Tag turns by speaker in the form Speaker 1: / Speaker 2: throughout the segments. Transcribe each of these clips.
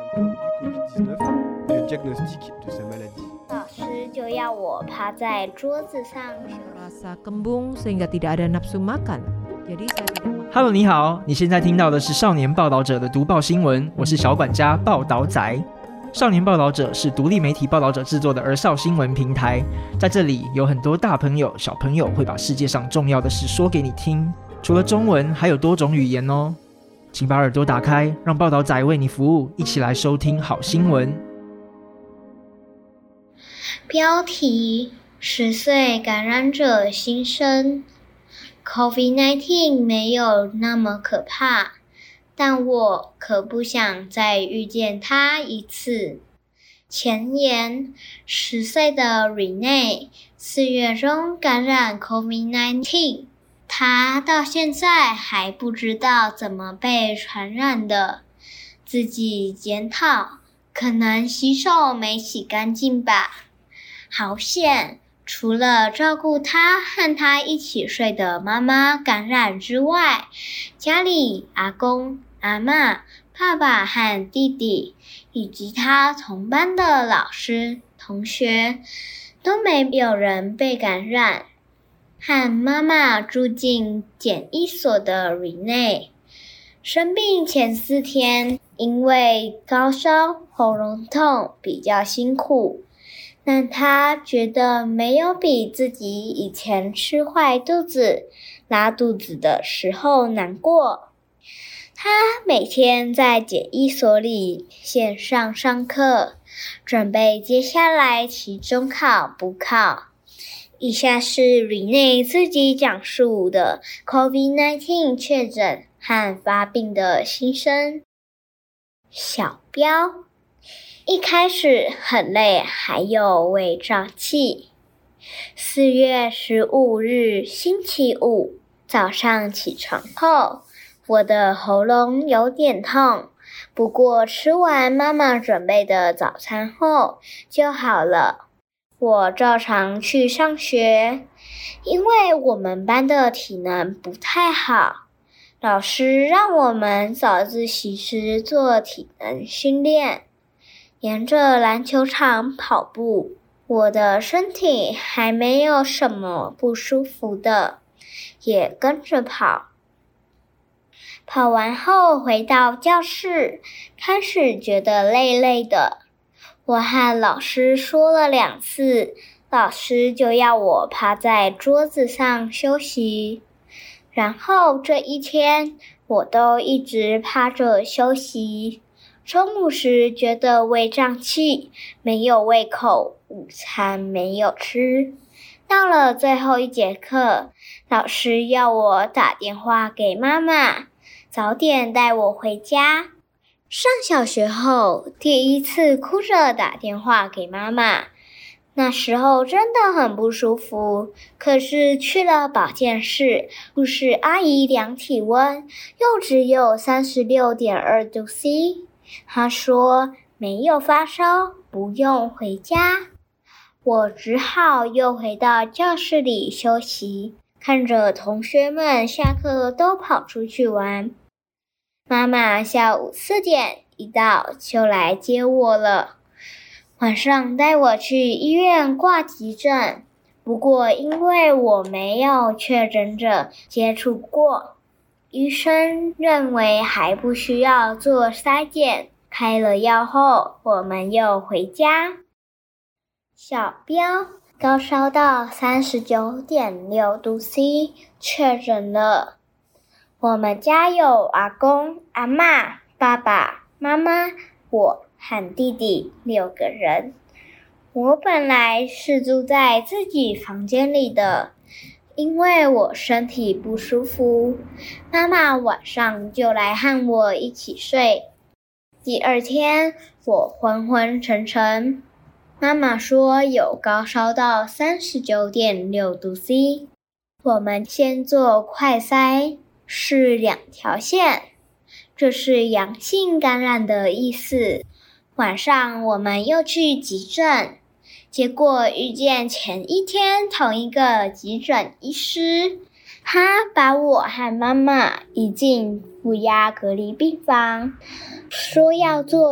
Speaker 1: du Covid-19, le diagnostic de sa maladie.
Speaker 2: 老师就要我趴在桌子上。
Speaker 3: Rasa kembung sehingga tidak ada nafsu makan. Jadi saya tidak
Speaker 4: Hello， 你好，你现在听到的是少年报道者的读报新闻，我是小管家报道仔。少年报道者是独立媒体报道者制作的儿少新闻平台，在这里有很多大朋友、小朋友会把世界上重要的事说给你听，除了中文，还有多种语言哦。请把耳朵打开，让报道仔为你服务，一起来收听好新闻。
Speaker 2: 标题：10岁感染者新生。COVID-19 没有那么可怕，但我可不想再遇见它一次。前言：10岁的 Renee 4月中感染 COVID-19， 她到现在还不知道怎么被传染的，自己检讨，可能洗手没洗干净吧。好险！除了照顾他和他一起睡的妈妈感染之外，家里阿公、阿嬷、爸爸和弟弟，以及他同班的老师、同学，都没有人被感染。和妈妈住进检疫所的 Renee， 生病前4天，因为高烧、喉咙痛比较辛苦。但他觉得没有比自己以前吃坏肚子、拉肚子的时候难过。他每天在检疫所里线上上课，准备接下来期中考、补考。以下是 Renee 自己讲述的 COVID-19 确诊和发病的心声。小标。一开始很累，还有胃胀气。4月15日星期五早上起床后，我的喉咙有点痛，不过吃完妈妈准备的早餐后就好了。我照常去上学，因为我们班的体能不太好，老师让我们早自习时做体能训练。沿着篮球场跑步，我的身体还没有什么不舒服的，也跟着跑。跑完后回到教室，开始觉得累累的。我和老师说了2次，老师就要我趴在桌子上休息。然后这一天，我都一直趴着休息。中午时觉得胃胀气，没有胃口，午餐没有吃。到了最后一节课，老师要我打电话给妈妈，早点带我回家。上小学后，第一次哭着打电话给妈妈，那时候真的很不舒服。可是去了保健室，护士阿姨量体温，又只有36.2度C。他说没有发烧，不用回家。我只好又回到教室里休息，看着同学们下课都跑出去玩。妈妈下午4点一到就来接我了，晚上带我去医院挂急诊。不过因为我没有确诊者接触过，医生认为还不需要做筛检，开了药后，我们又回家。小标高烧到39.6度C， 确诊了。我们家有阿公、阿嬷、爸爸妈妈，我和弟弟6个人。我本来是住在自己房间里的，因为我身体不舒服，妈妈晚上就来和我一起睡。第2天，我昏昏沉沉，妈妈说有高烧到39.6度C。我们先做快筛，是2条线，这是阳性感染的意思。晚上我们又去急诊，结果遇见前一天同一个急诊医师，他把我和妈妈移进负压隔离病房，说要做正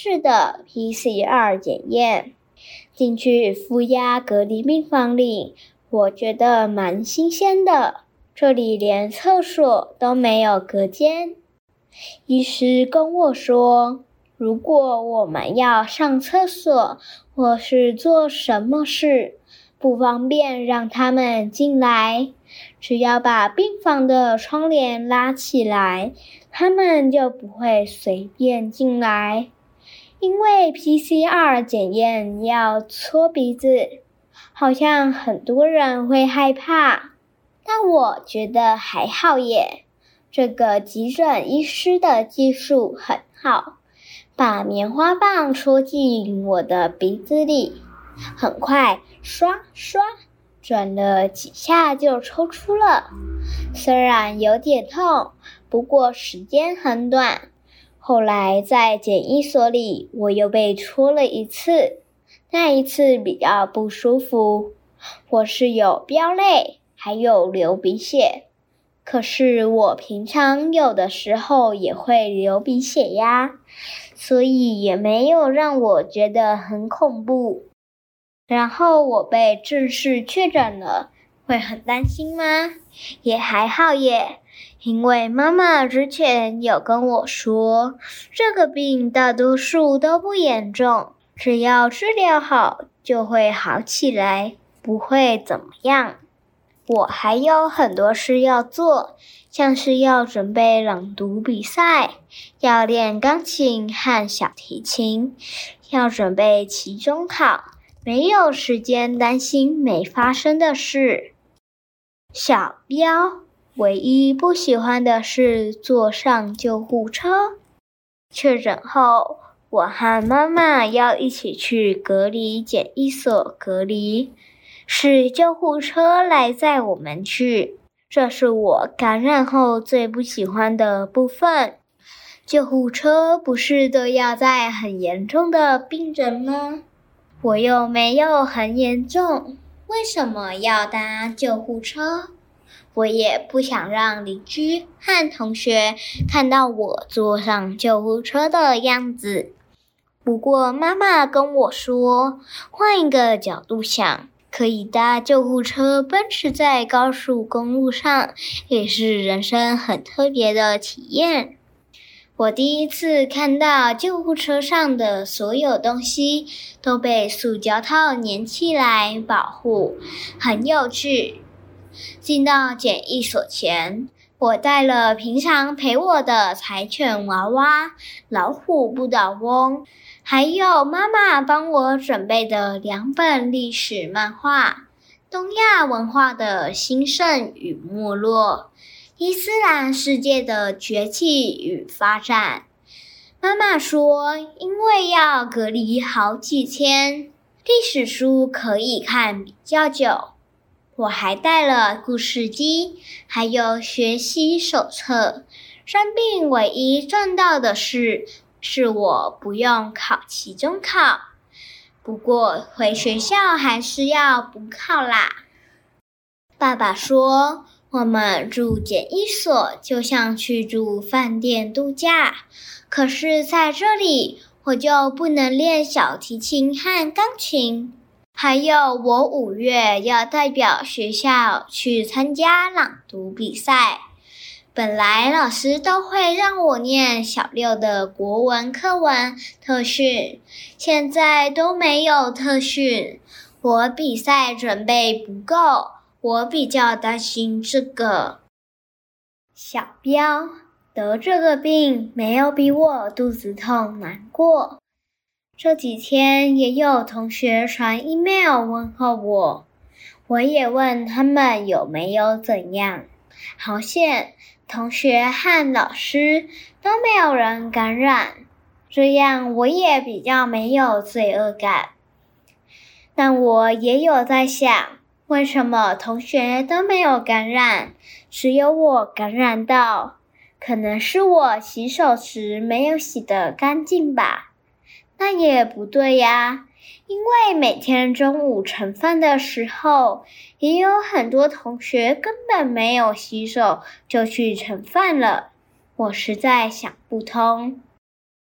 Speaker 2: 式的 PCR 检验。进去负压隔离病房里，我觉得蛮新鲜的，这里连厕所都没有隔间。医师跟我说，如果我们要上厕所或是做什么事，不方便让他们进来，只要把病房的窗帘拉起来，他们就不会随便进来。因为 PCR 检验要搓鼻子，好像很多人会害怕，但我觉得还好耶。这个急诊医师的技术很好，把棉花棒戳进我的鼻子里，很快刷刷转了几下就抽出了。虽然有点痛，不过时间很短。后来在检疫所里，我又被戳了一次，那一次比较不舒服，我是有飙泪，还有流鼻血。可是我平常有的时候也会流鼻血呀，所以也没有让我觉得很恐怖。然后我被正式确诊了，会很担心吗？也还好耶。因为妈妈之前有跟我说，这个病大多数都不严重，只要治疗好就会好起来，不会怎么样。我还有很多事要做，像是要准备朗读比赛，要练钢琴和小提琴，要准备期中考，没有时间担心没发生的事。小彪唯一不喜欢的是坐上救护车。确诊后，我和妈妈要一起去隔离检疫所隔离，是救护车来载我们去。这是我感染后最不喜欢的部分。救护车不是都要载很严重的病人吗？我又没有很严重，为什么要搭救护车？我也不想让邻居和同学看到我坐上救护车的样子。不过妈妈跟我说，换一个角度想，可以搭救护车奔驰在高速公路上，也是人生很特别的体验。我第一次看到救护车上的所有东西都被塑胶套粘起来保护，很有趣。进到检疫所前，我带了平常陪我的柴犬娃娃、老虎不倒翁，还有妈妈帮我准备的2本历史漫画：东亚文化的兴盛与没落，伊斯兰世界的崛起与发展。妈妈说，因为要隔离好几天，历史书可以看比较久。我还带了故事机，还有学习手册。生病唯一赚到的是我不用考期中考，不过回学校还是要补考啦。爸爸说，我们住检疫所就像去住饭店度假，可是在这里我就不能练小提琴和钢琴。还有我5月要代表学校去参加朗读比赛，本来老师都会让我念小6的国文课文特训，现在都没有特训，我比赛准备不够，我比较担心这个。小彪得这个病没有比我肚子痛难过。这几天也有同学传 email 问候我，我也问他们有没有怎样。好险，同学和老师都没有人感染，这样我也比较没有罪恶感。但我也有在想，为什么同学都没有感染，只有我感染到？可能是我洗手时没有洗得干净吧。那也不对呀，因为每天中午盛饭的时候，也有很多同学根本没有洗手就去盛饭了，我实在想不通。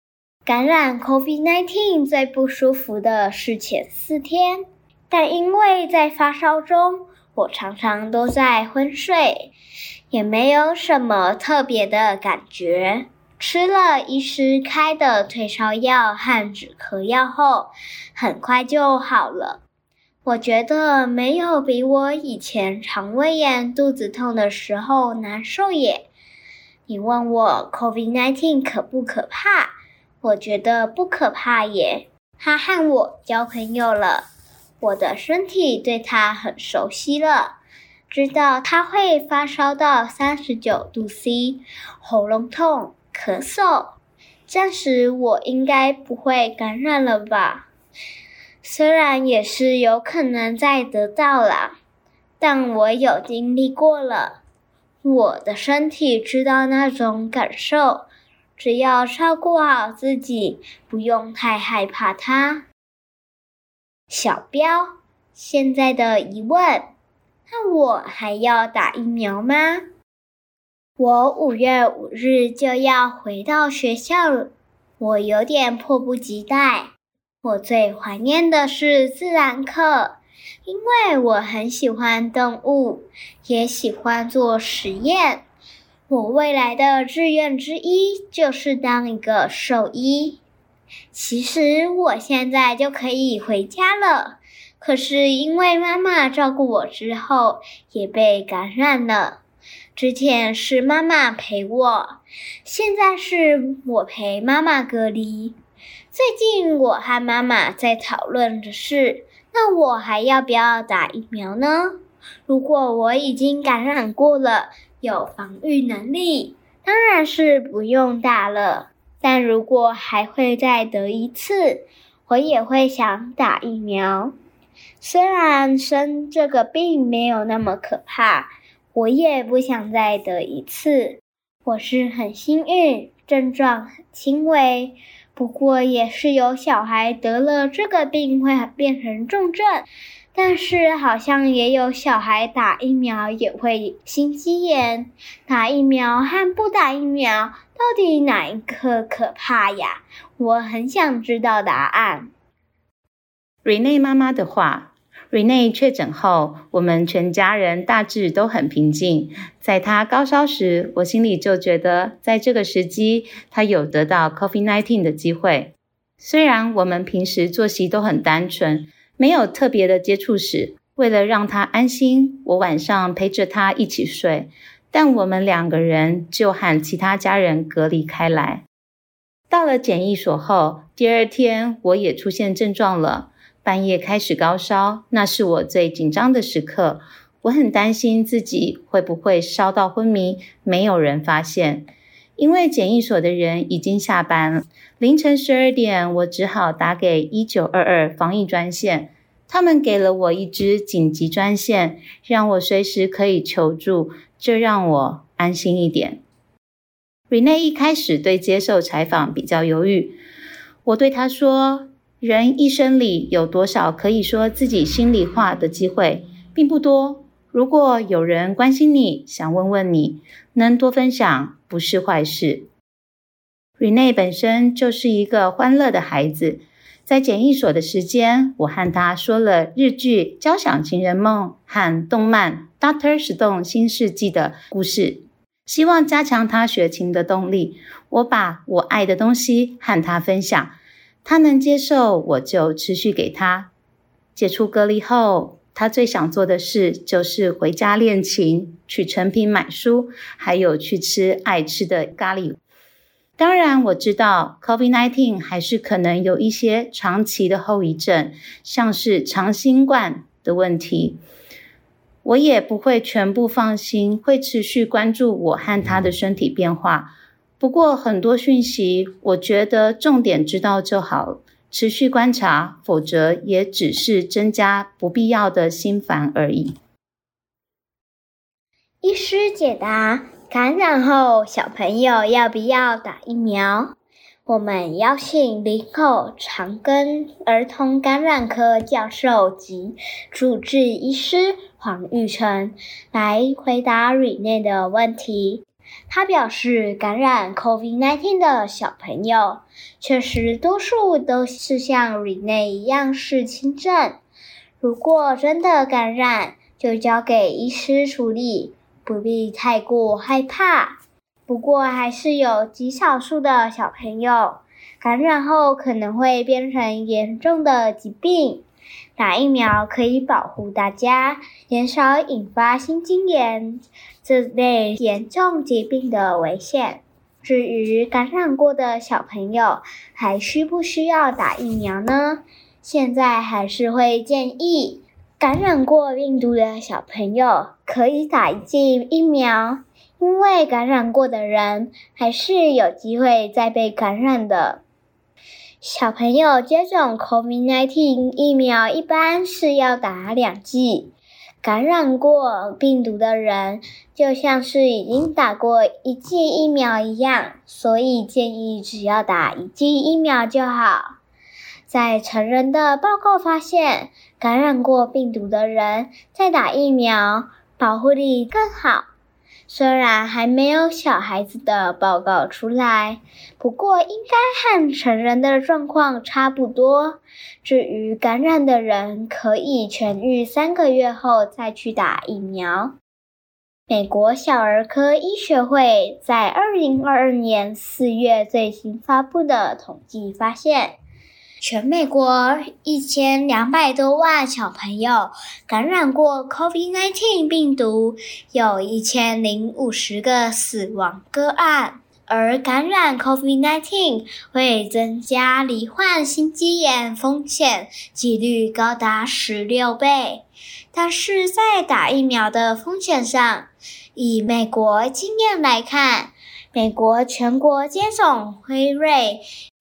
Speaker 2: 感染 COVID-19 最不舒服的是前4天，但因为在发烧中，我常常都在昏睡，也没有什么特别的感觉。吃了医师开的退烧药和止咳药后，很快就好了。我觉得没有比我以前肠胃炎肚子痛的时候难受耶。你问我 COVID-19 可不可怕？我觉得不可怕耶。他和我交朋友了，我的身体对他很熟悉了，知道他会发烧到39度C， 喉咙痛、咳嗽。暂时我应该不会感染了吧？虽然也是有可能再得到啦，但我有经历过了。我的身体知道那种感受，只要照顾好自己，不用太害怕它。小标，现在的疑问，那我还要打疫苗吗？我5月5日就要回到学校了，我有点迫不及待。我最怀念的是自然课，因为我很喜欢动物，也喜欢做实验。我未来的志愿之一就是当一个兽医。其实我现在就可以回家了，可是因为妈妈照顾我之后也被感染了。之前是妈妈陪我，现在是我陪妈妈隔离。最近我和妈妈在讨论的是，那我还要不要打疫苗呢？如果我已经感染过了，有防御能力，当然是不用打了。但如果还会再得一次，我也会想打疫苗。虽然生这个病没有那么可怕，我也不想再得一次。我是很幸运，症状很轻微，不过也是有小孩得了这个病会变成重症，但是好像也有小孩打疫苗也会心肌炎。打疫苗和不打疫苗，到底哪一个可怕呀？我很想知道答案。
Speaker 5: Renee 妈妈的话，Renee 确诊后，我们全家人大致都很平静。在她高烧时，我心里就觉得，在这个时机，她有得到 COVID-19 的机会。虽然我们平时作息都很单纯，没有特别的接触史，为了让她安心，我晚上陪着她一起睡，但我们2个人就和其他家人隔离开来。到了检疫所后，第2天我也出现症状了。半夜开始高烧，那是我最紧张的时刻。我很担心自己会不会烧到昏迷，没有人发现。因为检疫所的人已经下班了，凌晨12点，我只好打给1922防疫专线。他们给了我一支紧急专线，让我随时可以求助，这让我安心一点。Renee 一开始对接受采访比较犹豫，我对她说，人一生里有多少可以说自己心里话的机会，并不多。如果有人关心你，想问问你，能多分享不是坏事。Renee 本身就是一个欢乐的孩子，在检疫所的时间，我和他说了日剧《交响情人梦》和动漫《Dr. Stone 新世纪》的故事，希望加强他学琴的动力。我把我爱的东西和他分享，他能接受，我就持续给他。解除隔离后，他最想做的事就是回家练琴，去诚品买书，还有去吃爱吃的咖喱。当然我知道 COVID-19 还是可能有一些长期的后遗症，像是长新冠的问题。我也不会全部放心，会持续关注我和他的身体变化。不过很多讯息，我觉得重点知道就好，持续观察，否则也只是增加不必要的心烦而已。
Speaker 2: 医师解答：感染后小朋友要不要打疫苗？我们邀请林口长庚儿童感染科教授及主治医师黄玉成来回答Renee的问题。 他表示，感染 COVID-19 的小朋友，确实多数都是像 Renee 一样是轻症。如果真的感染，就交给医师处理，不必太过害怕。不过，还是有极少数的小朋友感染后可能会变成严重的疾病。打疫苗可以保护大家，减少引发心肌炎这类严重疾病的危险。至于感染过的小朋友，还需不需要打疫苗呢？现在还是会建议感染过病毒的小朋友可以打一剂疫苗，因为感染过的人还是有机会再被感染的。小朋友接种 COVID-19 疫苗一般是要打2剂，感染过病毒的人就像是已经打过1剂疫苗一样，所以建议只要打1剂疫苗就好。在成人的报告发现，感染过病毒的人再打疫苗，保护力更好。虽然还没有小孩子的报告出来，不过应该和成人的状况差不多。至于感染的人，可以痊愈3个月后再去打疫苗。美国小儿科医学会在2022年4月最新发布的统计发现，全美国1200多万小朋友感染过 COVID-19 病毒，有1050个死亡个案。而感染 COVID-19 会增加罹患心肌炎风险，几率高达16倍。但是在打疫苗的风险上，以美国经验来看，美国全国接种辉瑞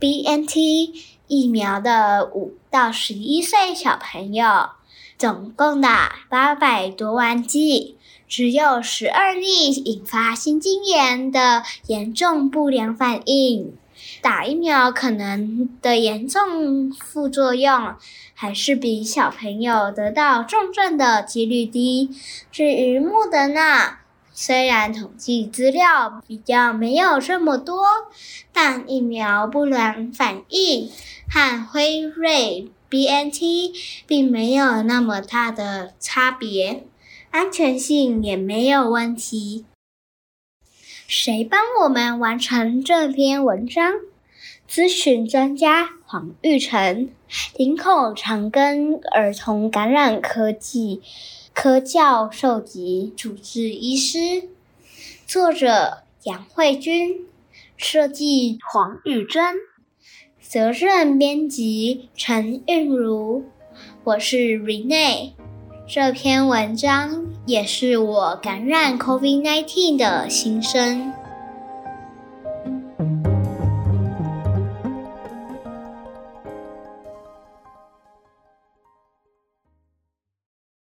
Speaker 2: BNT 疫苗的5到11岁小朋友，总共打800多万剂，只有12例引发心肌炎的严重不良反应。打疫苗可能的严重副作用，还是比小朋友得到重症的几率低。至于莫德纳，虽然统计资料比较没有这么多，但疫苗不良反应和辉瑞 BNT 并没有那么大的差别，安全性也没有问题。谁帮我们完成这篇文章？咨询专家黄玉成，林口长庚儿童感染科技科教授及主治医师。作者杨慧君，设计黄玉珍，责任编辑陈韵如。我是 Renee， 这篇文章也是我感染 COVID-19 的心声。